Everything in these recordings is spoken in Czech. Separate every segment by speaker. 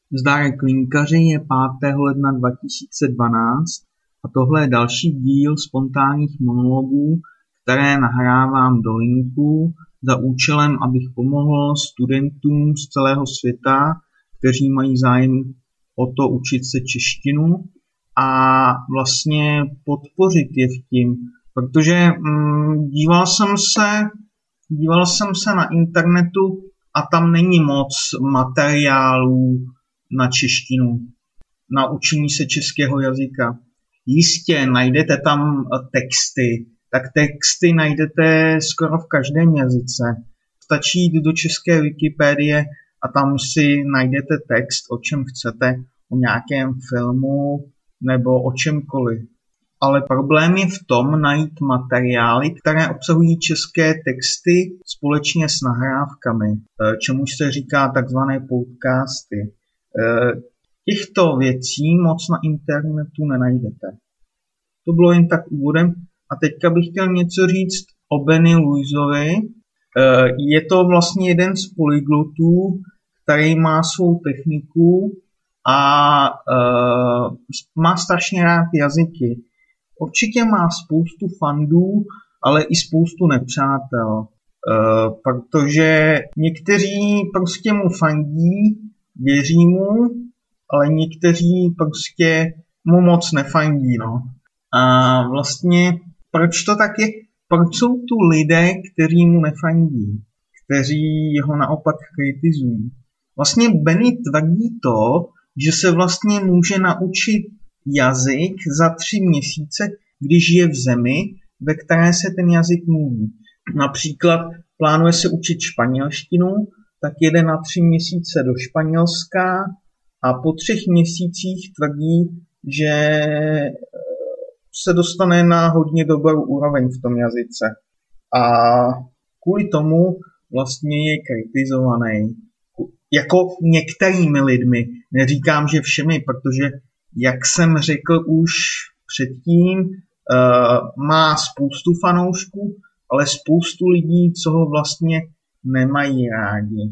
Speaker 1: Zdárek Klinkaři je 5. ledna 2012 a tohle je další díl spontánních monologů, které nahrávám do linku za účelem, abych pomohl studentům z celého světa, kteří mají zájem o to učit se češtinu a vlastně podpořit je v tím, protože díval jsem se na internetu a tam není moc materiálů na češtinu, na učení se českého jazyka. Jistě najdete tam texty, tak texty najdete skoro v každém jazyce. Stačí jít do české Wikipedie a tam si najdete text, o čem chcete, o nějakém filmu nebo o čemkoliv. Ale problém je v tom najít materiály, které obsahují české texty společně s nahrávkami, čemuž se říká takzvané podcasty. Těchto věcí moc na internetu nenajdete. To bylo jen tak úvodem a teďka bych chtěl něco říct o Benny Luisovi. Je to vlastně jeden z polyglotů, který má svou techniku a má strašně rád jazyky. Určitě má spoustu fandů, ale i spoustu nepřátel, protože někteří prostě mu fandí, věří mu, ale někteří prostě mu moc nefandí, no. A vlastně proč to tak je? Proč jsou tu lidé, kteří mu nefandí, kteří ho naopak kritizují? Vlastně Benny tvrdí to, že se vlastně může naučit jazyk za 3 měsíce, když je v zemi, ve které se ten jazyk mluví. Například plánuje se učit španělštinu, tak jede na 3 měsíce do Španělska a po 3 měsících tvrdí, že se dostane na hodně dobrou úroveň v tom jazyce. A kvůli tomu vlastně je kritizovaný. Jako některými lidmi, neříkám, že všemi, protože jak jsem řekl už předtím, má spoustu fanoušků, ale spoustu lidí, co ho vlastně nemají rádi.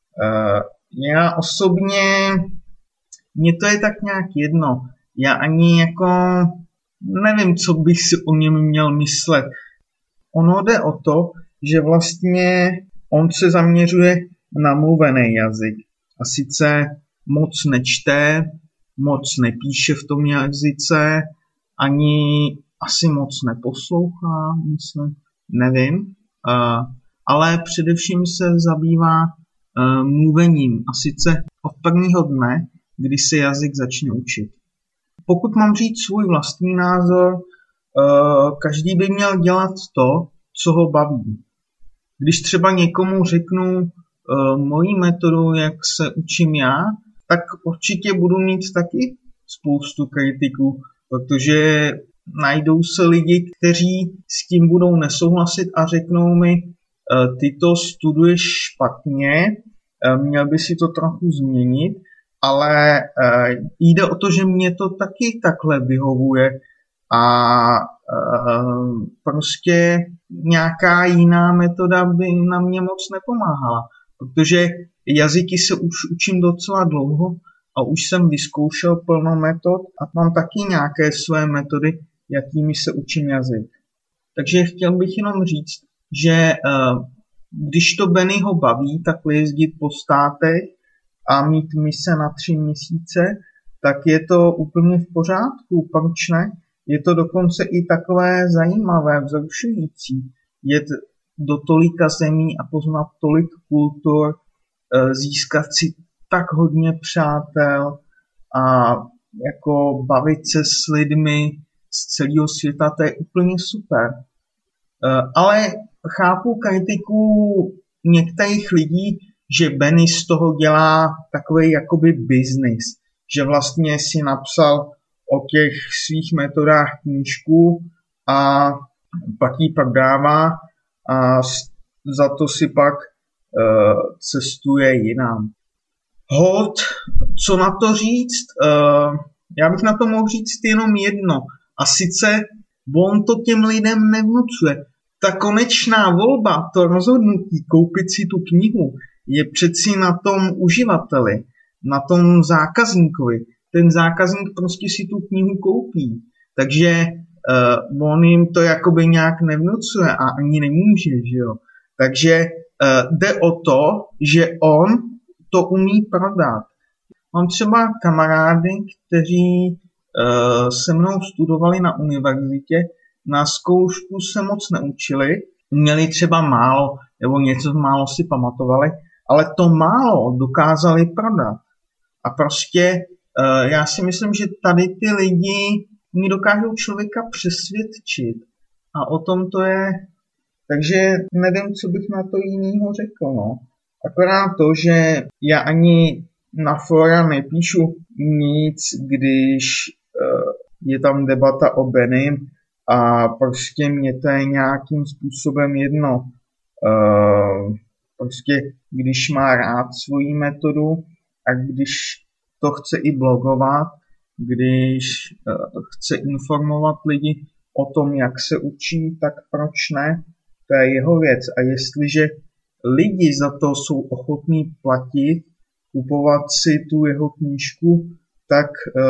Speaker 1: Já osobně, mně to je tak nějak jedno. Já ani jako nevím, co bych si o něm měl myslet. Ono jde o to, že vlastně on se zaměřuje na mluvený jazyk. A sice moc nečte, moc nepíše v tom jazyce, ani asi moc neposlouchá, myslím, nevím. Ale především se zabývá mluvením, a sice od prvního dne, kdy se jazyk začne učit. Pokud mám říct svůj vlastní názor, každý by měl dělat to, co ho baví. Když třeba někomu řeknu moji metodu, jak se učím já, tak určitě budu mít taky spoustu kritiků, protože najdou se lidi, kteří s tím budou nesouhlasit a řeknou mi, ty to studuješ špatně, měl by si to trochu změnit, ale jde o to, že mě to taky takhle vyhovuje a prostě nějaká jiná metoda by na mě moc nepomáhala, protože jazyky se už učím docela dlouho a už jsem vyzkoušel plno metod a mám taky nějaké své metody, jakými se učím jazyk. Takže chtěl bych jenom říct, že když to Bennyho baví, takhle jezdit po státech a mít mise na 3 měsíce, tak je to úplně v pořádku, proč ne? Je to dokonce i takové zajímavé, vzrušující, jet do tolika zemí a poznat tolik kultur, získat si tak hodně přátel a jako bavit se s lidmi z celého světa, to je úplně super. Ale chápu kritiku některých lidí, že Benny z toho dělá takový jakoby business, že vlastně si napsal o těch svých metodách knížku a pak ji prodává a za to si pak cestuje jinam. Hold, co na to říct? Já bych na to mohl říct jenom jedno. A sice on to těm lidem nevnucuje. Ta konečná volba, to rozhodnutí koupit si tu knihu, je přeci na tom uživateli, na tom zákazníkovi. Ten zákazník prostě si tu knihu koupí, takže on jim to jakoby nějak nevnucuje a ani nemůže, že jo. Takže jde o to, že on to umí prodat. Mám třeba kamarády, kteří se mnou studovali na univerzitě, na zkoušku se moc neučili, měli třeba málo, nebo něco málo si pamatovali, ale to málo dokázali prodat. A prostě já si myslím, že tady ty lidi oni dokážou člověka přesvědčit. A o tom to je. Takže nevím, co bych na to jinýho řekl. No. Akorát to, že já ani na fora nepíšu nic, když je tam debata o Benim a prostě mě to je nějakým způsobem jedno. Prostě když má rád svoji metodu a když to chce i blogovat, když chce informovat lidi o tom, jak se učí, tak proč ne? To je jeho věc. A jestliže lidi za to jsou ochotní platit, kupovat si tu jeho knížku, tak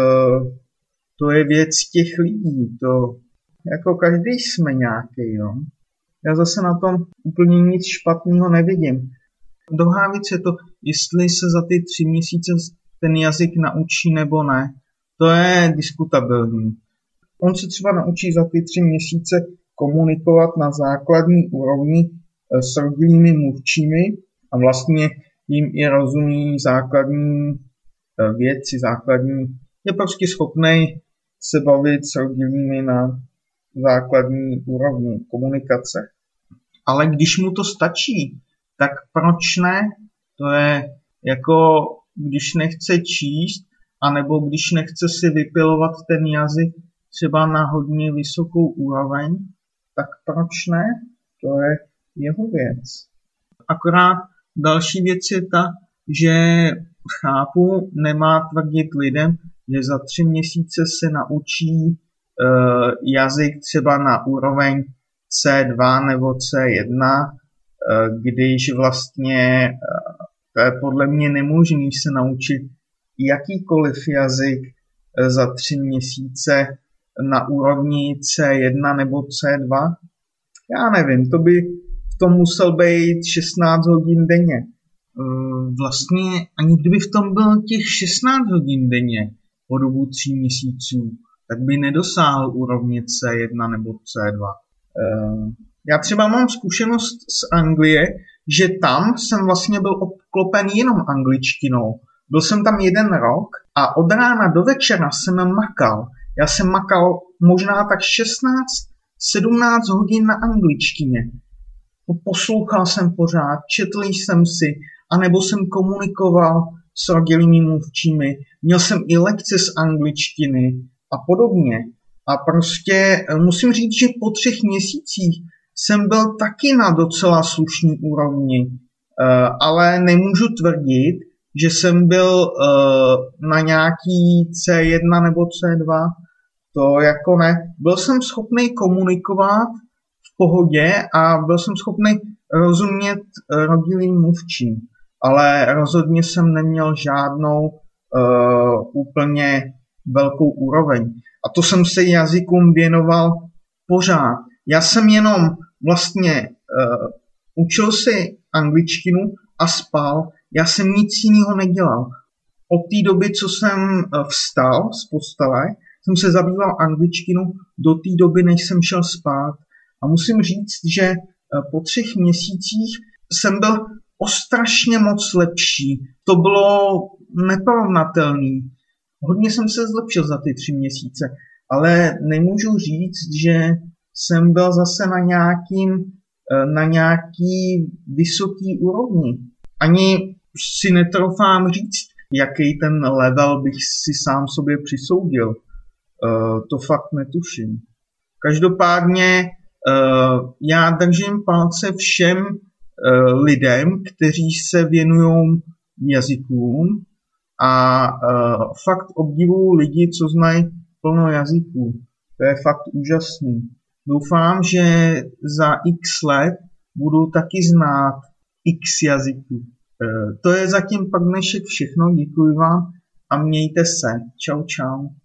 Speaker 1: to je věc těch lidí. To jako každý jsme nějaký, no. Já zase na tom úplně nic špatného nevidím. Druhá věc je to, jestli se za ty 3 měsíce ten jazyk naučí nebo ne. To je diskutabilní. On se třeba naučí za ty 3 měsíce komunikovat na základní úrovni s rodilými mluvčími a vlastně jim i rozumí základní věci, je prostě schopný se bavit s rodilými na základní úrovni komunikace. Ale když mu to stačí, tak proč ne? To je jako když nechce číst, anebo když nechce si vypilovat ten jazyk třeba na hodně vysokou úroveň, tak proč ne? To je jeho věc. Akorát další věc je ta, že chápu, nemá tvrdit lidem, že za 3 měsíce se naučí jazyk třeba na úroveň C2 nebo C1, když vlastně to je podle mě nemožný se naučit jakýkoliv jazyk za 3 měsíce na úrovni C1 nebo C2. Já nevím, to by v tom musel být 16 hodin denně. Vlastně ani kdyby v tom bylo těch 16 hodin denně po dobu 3 měsíců, tak by nedosáhl úrovně C1 nebo C2. Já třeba mám zkušenost z Anglie, že tam jsem vlastně byl obklopen jenom angličtinou. Byl jsem tam 1 rok a od rána do večera jsem makal. Já jsem makal možná tak 16-17 hodin na angličtině. Poslouchal jsem pořád, četl jsem si, anebo jsem komunikoval s rodilými mluvčími, měl jsem i lekce z angličtiny a podobně. A prostě musím říct, že po 3 měsících jsem byl taky na docela slušný úrovni, ale nemůžu tvrdit, že jsem byl na nějaký C1 nebo C2, to jako ne. Byl jsem schopný komunikovat v pohodě a byl jsem schopný rozumět rodilým mluvčím, ale rozhodně jsem neměl žádnou úplně velkou úroveň. A to jsem se jazykům věnoval pořád. Já jsem jenom vlastně učil si angličtinu a spal. Já jsem nic jiného nedělal. Od té doby, co jsem vstal z postele, jsem se zabýval angličtinu do té doby, než jsem šel spát. A musím říct, že po 3 měsících jsem byl o strašně moc lepší. To bylo neporovnatelné. Hodně jsem se zlepšil za ty 3 měsíce, ale nemůžu říct, že jsem byl zase na nějaký vysoký úrovni. Ani si netroufám říct, jaký ten level bych si sám sobě přisoudil. To fakt netuším. Každopádně já držím palce všem lidem, kteří se věnují jazykům a fakt obdivuju lidi, co znají plno jazyků. To je fakt úžasný. Doufám, že za x let budu taky znát x jazyků. To je zatím pro dnešek všechno, děkuji vám a mějte se. Čau, čau.